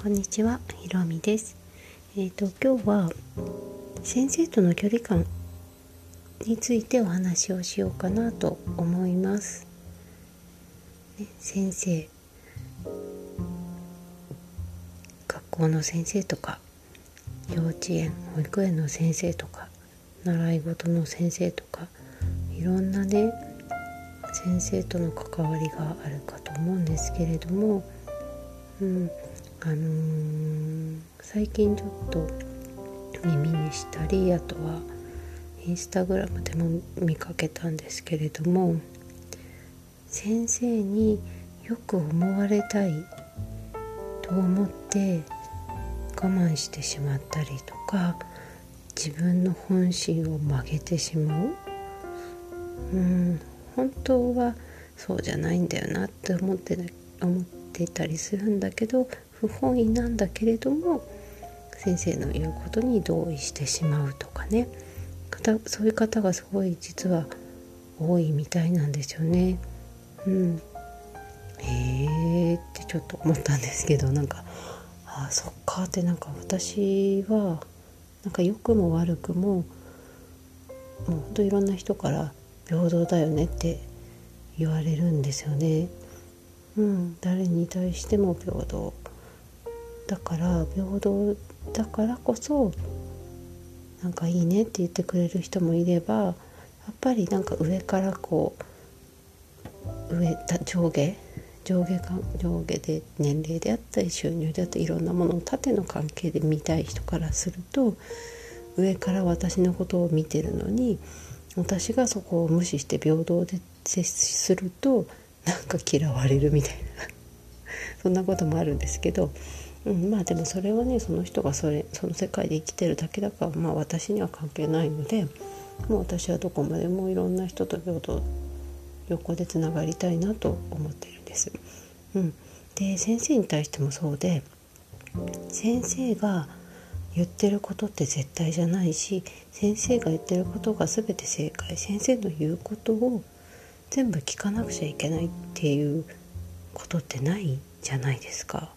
こんにちは、ひろみです。今日は先生との距離感についてお話をしようかなと思います。先生、学校の先生とか、幼稚園、保育園の先生とか、習い事の先生とか、いろんなね、先生との関わりがあるかと思うんですけれども、最近ちょっと耳にしたり、あとはインスタグラムでも見かけたんですけれども、先生によく思われたいと思って我慢してしまったりとか、自分の本心を曲げてしまう、本当はそうじゃないんだよなって思っていたりするんだけど、不本意なんだけれども先生の言うことに同意してしまうとかね、そういう方がすごい実は多いみたいなんですよね。ってちょっと思ったんですけど、そっかって、私は良くも悪くももう本当いろんな人から平等だよねって言われるんですよね。誰に対しても平等だから、平等だからこそいいねって言ってくれる人もいれば、やっぱり上から上下で年齢であったり収入であったりいろんなものを縦の関係で見たい人からすると、上から私のことを見てるのに私がそこを無視して平等で接すると嫌われるみたいなそんなこともあるんですけど、でもそれはね、その人がその世界で生きてるだけだから、私には関係ないので、もう私はどこまでもいろんな人と平等横でつながりたいなと思ってるんです。で、先生に対してもそうで、先生が言ってることって絶対じゃないし、先生が言ってることが全て正解、先生の言うことを全部聞かなくちゃいけないっていうことってないじゃないですか。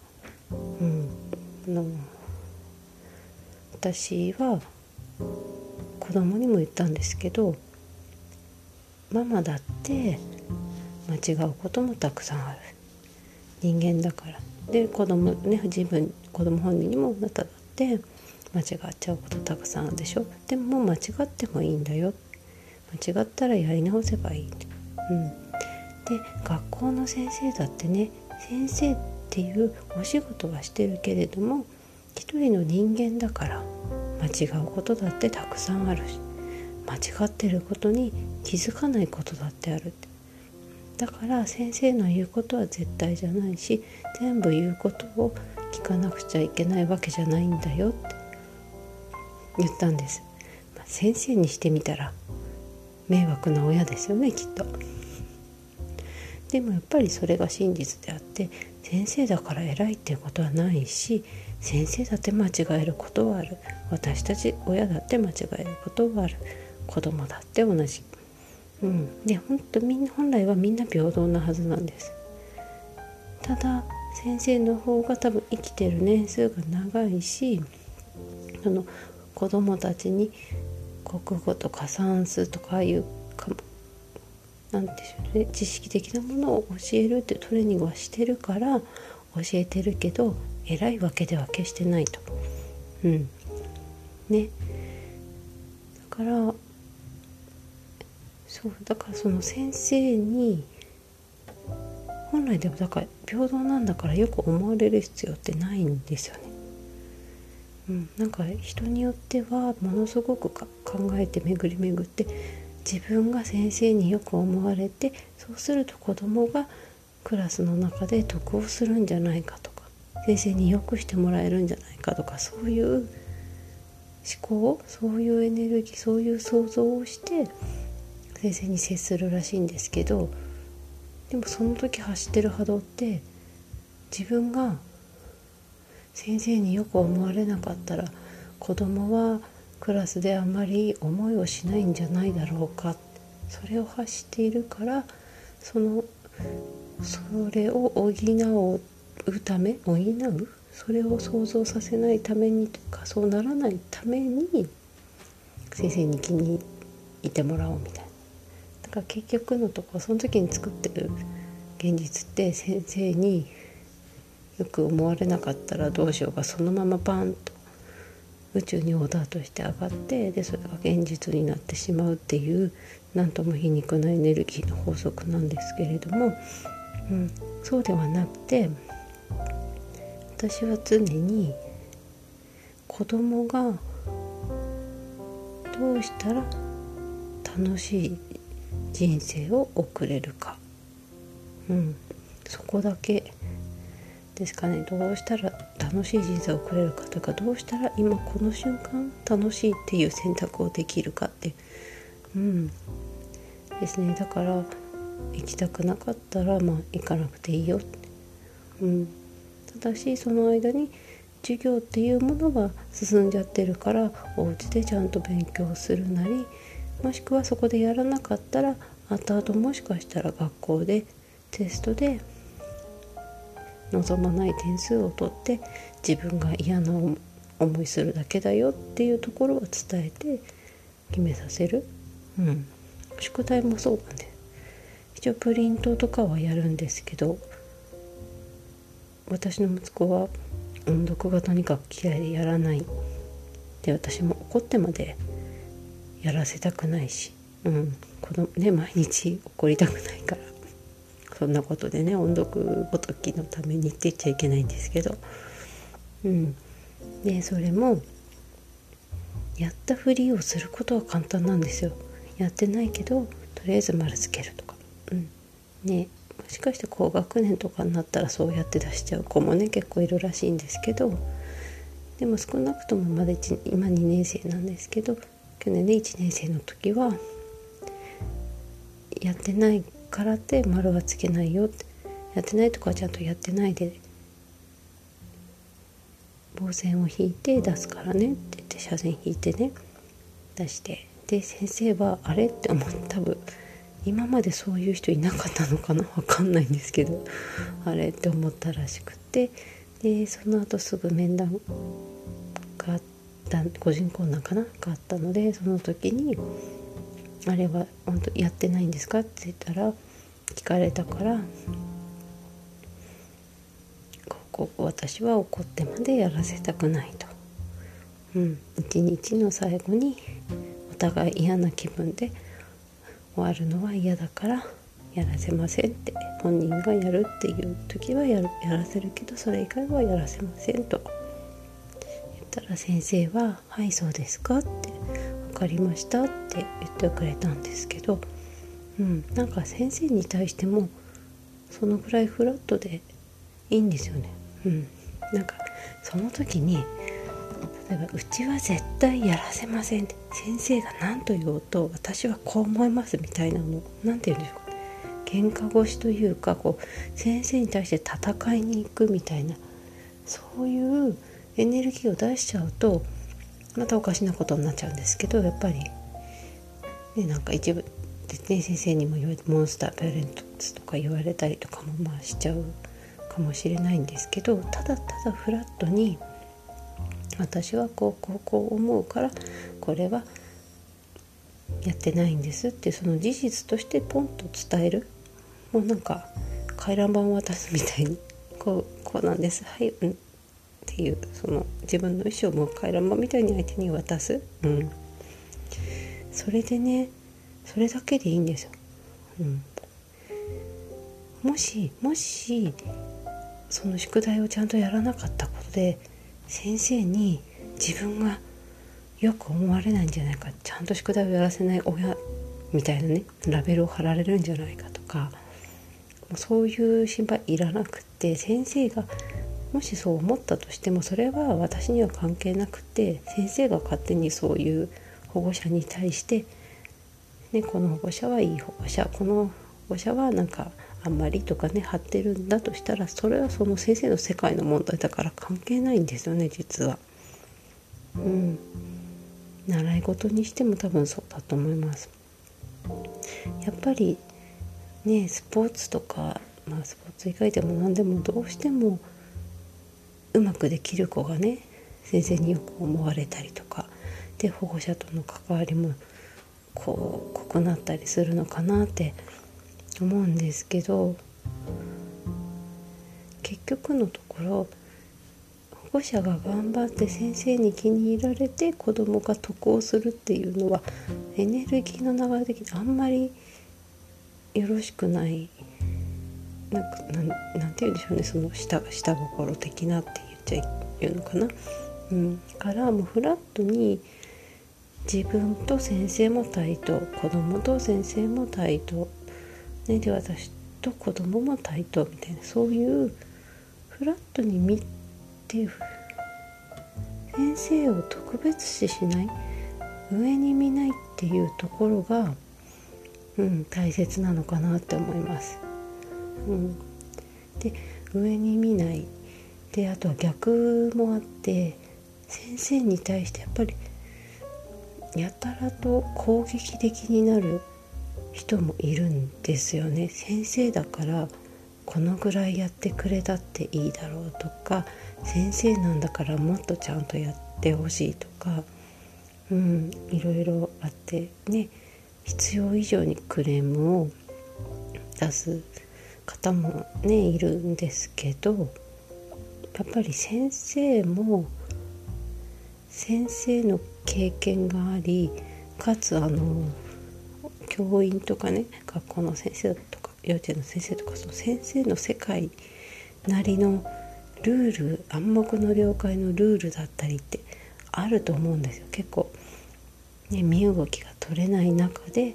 私は子供にも言ったんですけど、ママだって間違うこともたくさんある、人間だから。で、子供本人にも、あなただって間違っちゃうことたくさんあるでしょ。でも間違ってもいいんだよ、間違ったらやり直せばいい。で、学校の先生だってね、先生っていうお仕事はしてるけれども一人の人間だから、間違うことだってたくさんあるし、間違ってることに気づかないことだってある。だから先生の言うことは絶対じゃないし、全部言うことを聞かなくちゃいけないわけじゃないんだよって言ったんです。先生にしてみたら迷惑な親ですよね、きっと。でもやっぱりそれが真実であって、先生だから偉いっていうことはないし、先生だって間違えることはある、私たち親だって間違えることはある、子供だって同じ。で、本来はみんな平等なはずなんです。ただ先生の方が多分生きてる年数が長いし、子供たちに国語とか算数とか、ああいう知識的なものを教えるっていうトレーニングはしてるから教えてるけど、偉いわけでは決してないと。だからその先生に本来でも平等なんだからよく思われる必要ってないんですよね。人によってはものすごく考えて巡り巡って自分が先生によく思われて、そうすると子供がクラスの中で得をするんじゃないかとか、先生によくしてもらえるんじゃないかとか、そういう思考、そういうエネルギー、そういう想像をして先生に接するらしいんですけど、でもその時走ってる波動って自分が先生によく思われなかったら子供はクラスであんまり思いをしないんじゃないだろうか、それを発しているから、それを補うため、補うそれを想像させないためにというか、そうならないために先生に気に入ってもらおうみたいな。だから結局のところその時に作ってる現実って先生によく思われなかったらどうしようがそのままバンと宇宙にオーダーとして上がって、でそれが現実になってしまうっていうなんとも皮肉なエネルギーの法則なんですけれども、そうではなくて、私は常に子供がどうしたら楽しい人生を送れるか、そこだけですかね。どうしたら楽しい人生を送れるかというか、どうしたら今この瞬間楽しいっていう選択をできるかって、ですね。だから行きたくなかったら行かなくていいよって、ただしその間に授業っていうものが進んじゃってるから、お家でちゃんと勉強するなり、もしくはそこでやらなかったら後々もしかしたら学校でテストで望まない点数を取って自分が嫌な思いするだけだよっていうところを伝えて決めさせる。宿題もそうなんで、一応プリントとかはやるんですけど、私の息子は音読がとにかく嫌いでやらないで、私も怒ってまでやらせたくないし、子供ね、毎日怒りたくないから、そんなことでね、音読ごときのためにって言っちゃいけないんですけど、でそれもやったふりをすることは簡単なんですよ。やってないけどとりあえず丸つけるとか、もしかして高学年とかになったらそうやって出しちゃう子もね結構いるらしいんですけど、でも少なくともまだ今2年生なんですけど、去年で1年生の時はやってないからって丸はつけないよって、やってないとかはちゃんとやってないで棒線を引いて出すからねって言って、斜線引いてね出して、で先生はあれって思って、多分今までそういう人いなかったのかな、分かんないんですけど、あれって思ったらしくて、でその後すぐ面談があった、個人懇談かながあったので、その時にあれは本当やってないんですかって言ったら、聞かれたから、私は怒ってまでやらせたくないと、一日の最後にお互い嫌な気分で終わるのは嫌だからやらせませんって、本人がやるっていう時はやらせるけどそれ以外はやらせませんと言ったら、先生ははいそうですかって、分かりましたって言ってくれたんですけど、なんか先生に対してもそのぐらいフラットでいいんですよね。なんかその時に例えばうちは絶対やらせませんって先生が何と言おうと私はこう思いますみたいなの、なんて言うんでしょうか、喧嘩腰というか、先生に対して戦いに行くみたいな、そういうエネルギーを出しちゃうとまたおかしなことになっちゃうんですけど、やっぱりね、なんか一部でね、先生にも言われてモンスターペアレントとか言われたりとかもしちゃうかもしれないんですけど、ただただフラットに私はこう思うからこれはやってないんですっていう、その事実としてポンと伝える、もうなんか回覧板を渡すみたいにこうなんです、はい、っていう、その自分の意思をもう回覧板みたいに相手に渡す、それでね、それだけでいいんですよ。もしその宿題をちゃんとやらなかったことで先生に自分がよく思われないんじゃないか、ちゃんと宿題をやらせない親みたいなねラベルを貼られるんじゃないかとか、そういう心配いらなくて、先生がもしそう思ったとしてもそれは私には関係なくて、先生が勝手にそういう保護者に対して、この保護者はいい保護者、この保護者はなんかあんまりとかね貼ってるんだとしたら、それはその先生の世界の問題だから関係ないんですよね、実は。習い事にしても多分そうだと思います。やっぱりね、スポーツとか、スポーツ以外でも何でもどうしてもうまくできる子がね先生によく思われたりとかで、保護者との関わりも濃くなったりするのかなって思うんですけど、結局のところ保護者が頑張って先生に気に入られて子供が得をするっていうのはエネルギーの流れ的にあんまりよろしくない、なんて言うんでしょうね、その下心的なって言っちゃうのかな、からもうフラットに自分と先生も対等、子供と先生も対等、ね、で私と子供も対等みたいな、そういうフラットに見て先生を特別視しない、上に見ないっていうところが、大切なのかなって思います。で上に見ないで、あとは逆もあって、先生に対してやっぱりやたらと攻撃的になる人もいるんですよね。先生だからこのぐらいやってくれたっていいだろうとか、先生なんだからもっとちゃんとやってほしいとか、いろいろあってね、必要以上にクレームを出す方もねいるんですけど、やっぱり先生も先生の経験があり、かつ教員とかね、学校の先生とか幼稚園の先生とか、その先生の世界なりのルール、暗黙の了解のルールだったりってあると思うんですよ。結構ね、身動きが取れない中で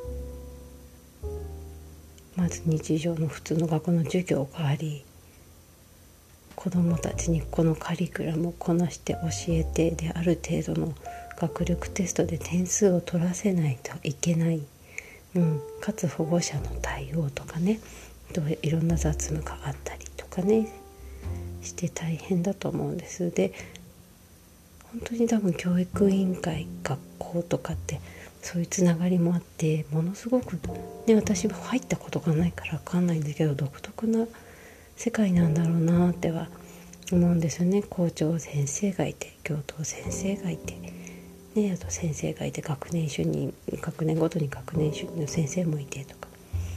まず日常の普通の学校の授業があり、子どもたちにこのカリキュラムをこなして教えて、である程度の学力テストで点数を取らせないといけない、かつ保護者の対応とかね、いろんな雑務があったりとかねして大変だと思うんです。で本当に多分教育委員会、学校とかってそういうつながりもあって、ものすごくね、私は入ったことがないから分かんないんだけど、独特な世界なんだろうなっては思うんですよね。校長先生がいて、教頭先生がいて、あと先生がいて、学年ごとに学年主任の先生もいてとか、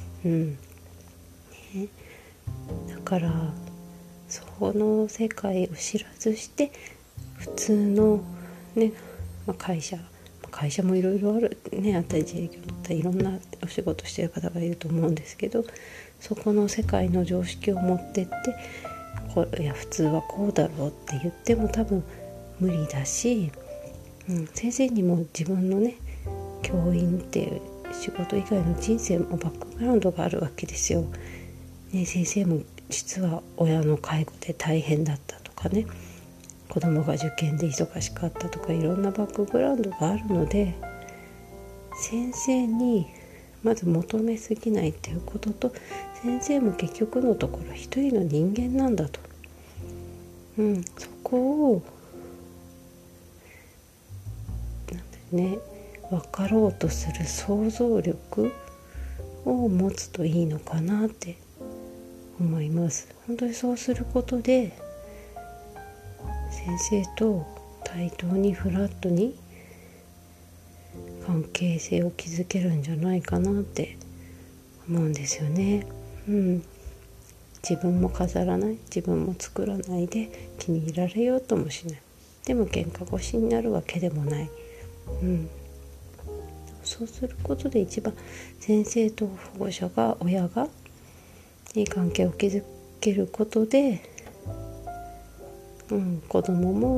だからその世界を知らずして普通のね、会社もいろいろあるね、あったり自営業だったりいろんなお仕事してる方がいると思うんですけど、そこの世界の常識を持ってっていや普通はこうだろうって言っても多分無理だし、先生にも自分のね教員っていう仕事以外の人生もバックグラウンドがあるわけですよ、先生も実は親の介護で大変だったとかね、子供が受験で忙しかったとか、いろんなバックグラウンドがあるので、先生にまず求めすぎないっていうことと、先生も結局のところ一人の人間なんだと、そこを分かろうとする想像力を持つといいのかなって思います。本当にそうすることで先生と対等にフラットに関係性を築けるんじゃないかなって思うんですよね。自分も飾らない、自分も作らないで気に入られようともしない、でも喧嘩腰になるわけでもない、そうすることで一番先生と保護者が、親がいい関係を築けることで、子供も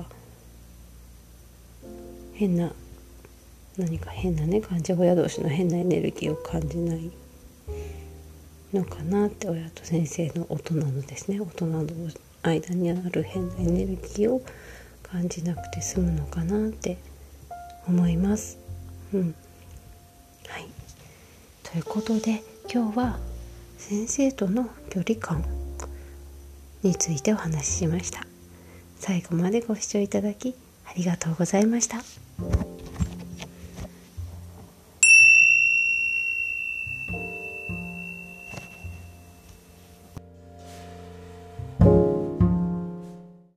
何か変な感じ、親同士の変なエネルギーを感じないのかなって、親と先生の大人のですね、大人の間にある変なエネルギーを感じなくて済むのかなって思います。はい、ということで今日は先生との距離感についてお話ししました。最後までご視聴いただきありがとうございました。